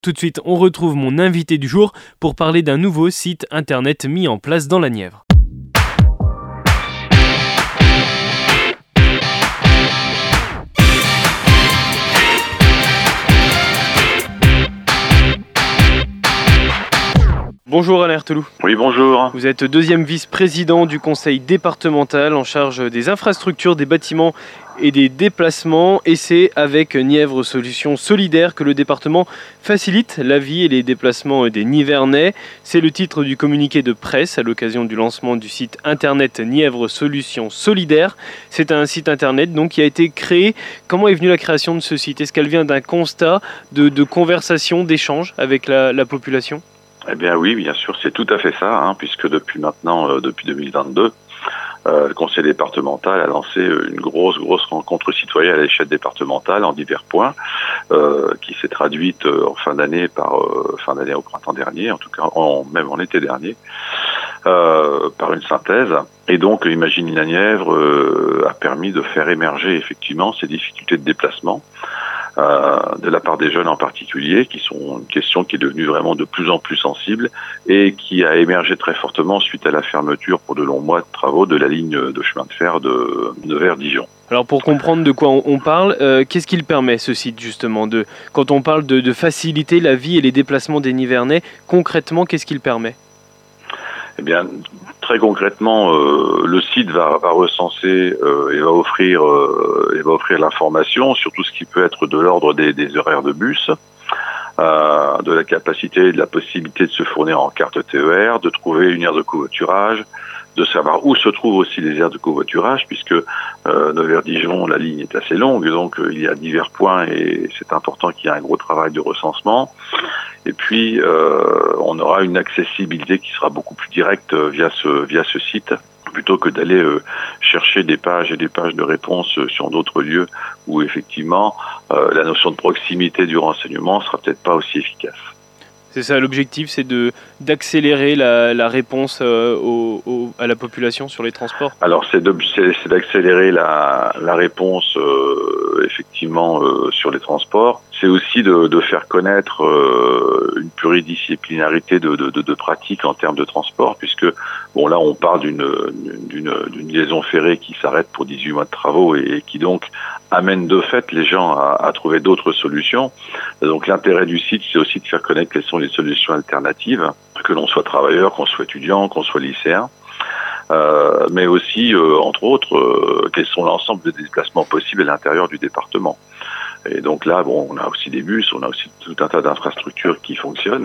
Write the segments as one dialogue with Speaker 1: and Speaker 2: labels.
Speaker 1: Tout de suite, on retrouve mon invité du jour pour parler d'un nouveau site internet mis en place dans la Nièvre. Bonjour Alain Ertelou.
Speaker 2: Oui, bonjour.
Speaker 1: Vous êtes deuxième vice-président du conseil départemental en charge des infrastructures, des bâtiments et des déplacements. Et c'est avec Nièvre Solutions Solidaires que le département facilite la vie et les déplacements des Nivernais. C'est le titre du communiqué de presse à l'occasion du lancement du site internet Nièvre Solutions Solidaires. C'est un site internet donc, qui a été créé. Comment est venue la création de ce site? Est-ce qu'elle vient d'un constat de conversation, d'échange avec la population?
Speaker 2: Eh bien oui, bien sûr, c'est tout à fait ça, puisque depuis 2022, le conseil départemental a lancé une grosse rencontre citoyenne à l'échelle départementale en divers points, qui s'est traduite en fin d'année au printemps dernier, en tout cas même en été dernier, par une synthèse. Et donc, Imagine la Nièvre a permis de faire émerger effectivement ces difficultés de déplacement. De la part des jeunes en particulier, qui sont une question qui est devenue vraiment de plus en plus sensible et qui a émergé très fortement suite à la fermeture pour de longs mois de travaux de la ligne de chemin de fer de Vers-Dijon.
Speaker 1: Alors pour comprendre de quoi on parle, qu'est-ce qu'il permet ce site justement quand on parle de faciliter la vie et les déplacements des Nivernais, concrètement qu'est-ce qu'il permet?
Speaker 2: Eh bien, très concrètement, le site va recenser et va offrir l'information sur tout ce qui peut être de l'ordre des horaires de bus, de la capacité et de la possibilité de se fournir en carte TER, de trouver une aire de covoiturage, de savoir où se trouvent aussi les aires de covoiturage, puisque Nevers-Dijon, la ligne est assez longue, donc il y a divers points et c'est important qu'il y ait un gros travail de recensement. Et puis, on aura une accessibilité qui sera beaucoup plus directe via ce site, plutôt que d'aller chercher des pages et des pages de réponses sur d'autres lieux où effectivement la notion de proximité du renseignement sera peut-être pas aussi efficace.
Speaker 1: C'est ça l'objectif, c'est d'accélérer la réponse à la population sur les transports.
Speaker 2: Alors c'est d'accélérer la réponse effectivement sur les transports. C'est aussi de faire connaître une pluridisciplinarité de pratiques en termes de transport, puisque bon là on parle d'une liaison ferrée qui s'arrête pour 18 mois de travaux et qui donc amène de fait les gens à trouver d'autres solutions. Donc l'intérêt du site, c'est aussi de faire connaître quelles sont les solutions alternatives, que l'on soit travailleur, qu'on soit étudiant, qu'on soit lycéen, mais aussi, entre autres, quels sont l'ensemble des déplacements possibles à l'intérieur du département. Et donc là, bon, on a aussi des bus, on a aussi tout un tas d'infrastructures qui fonctionnent.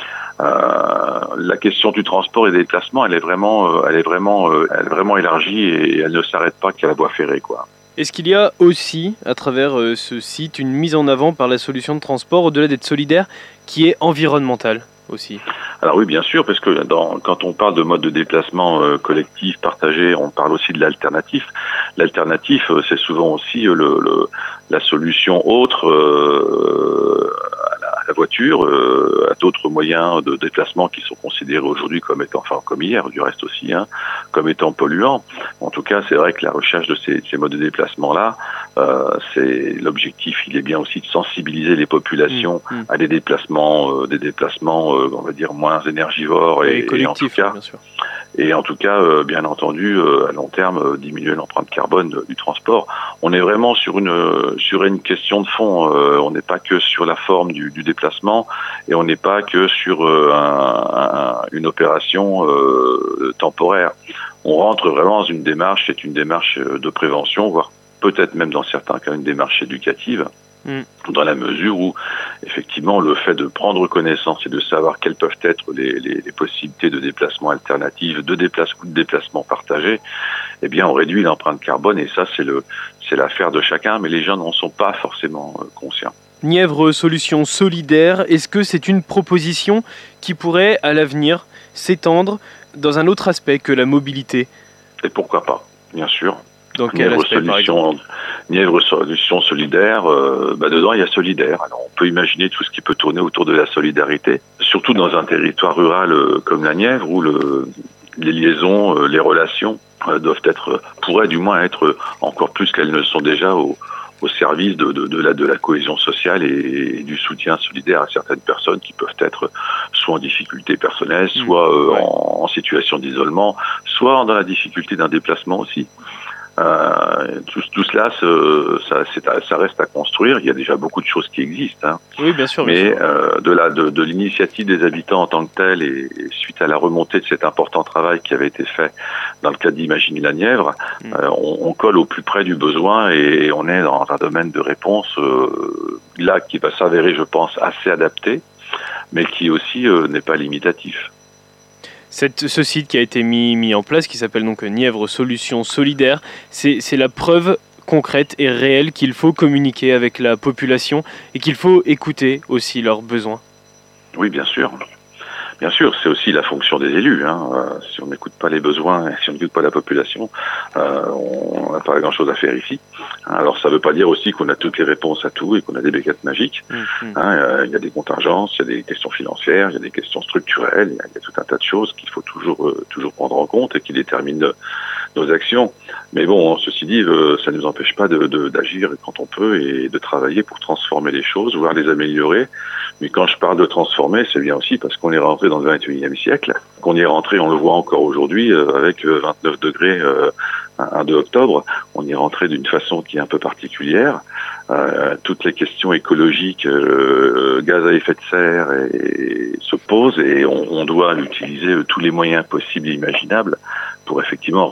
Speaker 2: La question du transport et des déplacements, elle est vraiment élargie et elle ne s'arrête pas qu'à la voie ferrée, quoi.
Speaker 1: Est-ce qu'il y a aussi, à travers ce site, une mise en avant par la solution de transport, au-delà d'être solidaire, qui est environnementale aussi? Alors
Speaker 2: oui, bien sûr, parce que quand on parle de mode de déplacement collectif, partagé, on parle aussi de l'alternatif. L'alternatif, c'est souvent aussi la solution autre à la voiture, à d'autres moyens de déplacement qui sont considérés aujourd'hui comme hier du reste aussi, comme étant polluants. En tout cas, c'est vrai que la recherche de ces modes de déplacement-là, c'est l'objectif, il est bien aussi de sensibiliser les populations à des déplacements, on va dire, moins énergivores et en tout cas, bien entendu, à long terme, diminuer l'empreinte carbone du transport. On est vraiment sur une question de fond. On n'est pas que sur la forme du déplacement et on n'est pas que sur une opération temporaire. On rentre vraiment dans une démarche, c'est une démarche de prévention, voire peut-être même dans certains cas une démarche éducative. Dans la mesure où, effectivement, le fait de prendre connaissance et de savoir quelles peuvent être les possibilités de déplacement alternatifs, de déplacement partagé, eh bien, on réduit l'empreinte carbone et ça, c'est l'affaire de chacun, mais les gens n'en sont pas forcément conscients.
Speaker 1: Nièvre Solutions Solidaires, est-ce que c'est une proposition qui pourrait, à l'avenir, s'étendre dans un autre aspect que la mobilité?
Speaker 2: Et pourquoi pas, bien sûr.
Speaker 1: Dans quel aspect, par exemple?
Speaker 2: Nièvre Solutions Solidaires, dedans il y a solidaire. Alors on peut imaginer tout ce qui peut tourner autour de la solidarité, surtout dans un territoire rural comme la Nièvre où les liaisons, les relations pourraient du moins être encore plus qu'elles ne sont déjà au au service de la cohésion sociale et du soutien solidaire à certaines personnes qui peuvent être soit en difficulté personnelle, soit en situation d'isolement, soit dans la difficulté d'un déplacement aussi. Tout cela, ça reste à construire. Il y a déjà beaucoup de choses qui existent, hein.
Speaker 1: Oui, bien sûr.
Speaker 2: Mais de l'initiative des habitants en tant que telle, et suite à la remontée de cet important travail qui avait été fait dans le cadre d'Imaginer la Nièvre, on colle au plus près du besoin et on est dans un domaine de réponse là qui va s'avérer, je pense, assez adapté, mais qui aussi n'est pas limitatif.
Speaker 1: Ce site qui a été mis en place, qui s'appelle donc Nièvre Solutions Solidaires, c'est la preuve concrète et réelle qu'il faut communiquer avec la population et qu'il faut écouter aussi leurs besoins.
Speaker 2: Oui, bien sûr. Bien sûr, c'est aussi la fonction des élus, hein. Si on n'écoute pas les besoins, si on n'écoute pas la population, on n'a pas grand-chose à faire ici. Alors ça ne veut pas dire aussi qu'on a toutes les réponses à tout et qu'on a des baguettes magiques. Il y a des contingences, il y a des questions financières, il y a des questions structurelles, il y a tout un tas de choses qu'il faut toujours prendre en compte et qui déterminent nos actions. Mais bon, ceci dit, ça ne nous empêche pas d'agir quand on peut et de travailler pour transformer les choses, voire les améliorer. Mais quand je parle de transformer, c'est bien aussi parce qu'on est rentré dans le 21e siècle, qu'on y est rentré, on le voit encore aujourd'hui, avec 29 degrés un 2 octobre, on y est rentré d'une façon qui est un peu particulière. Toutes les questions écologiques, gaz à effet de serre, se posent et on doit utiliser tous les moyens possibles et imaginables pour effectivement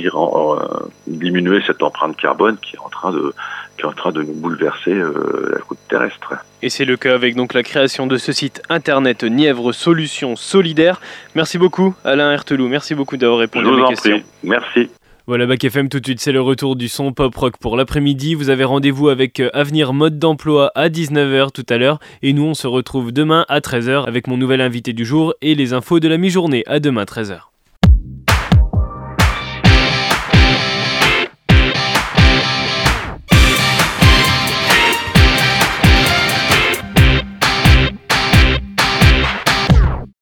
Speaker 2: diminuer cette empreinte carbone qui est en train de nous bouleverser la croûte terrestre.
Speaker 1: Et c'est le cas avec donc la création de ce site internet Nièvre Solutions Solidaires. Merci beaucoup Alain Erteloup, merci beaucoup d'avoir répondu à mes questions.
Speaker 2: Prie. Merci.
Speaker 1: Voilà, Bac FM, tout de suite, c'est le retour du son pop-rock pour l'après-midi. Vous avez rendez-vous avec Avenir Mode d'Emploi à 19h tout à l'heure. Et nous, on se retrouve demain à 13h avec mon nouvel invité du jour et les infos de la mi-journée. À demain, 13h.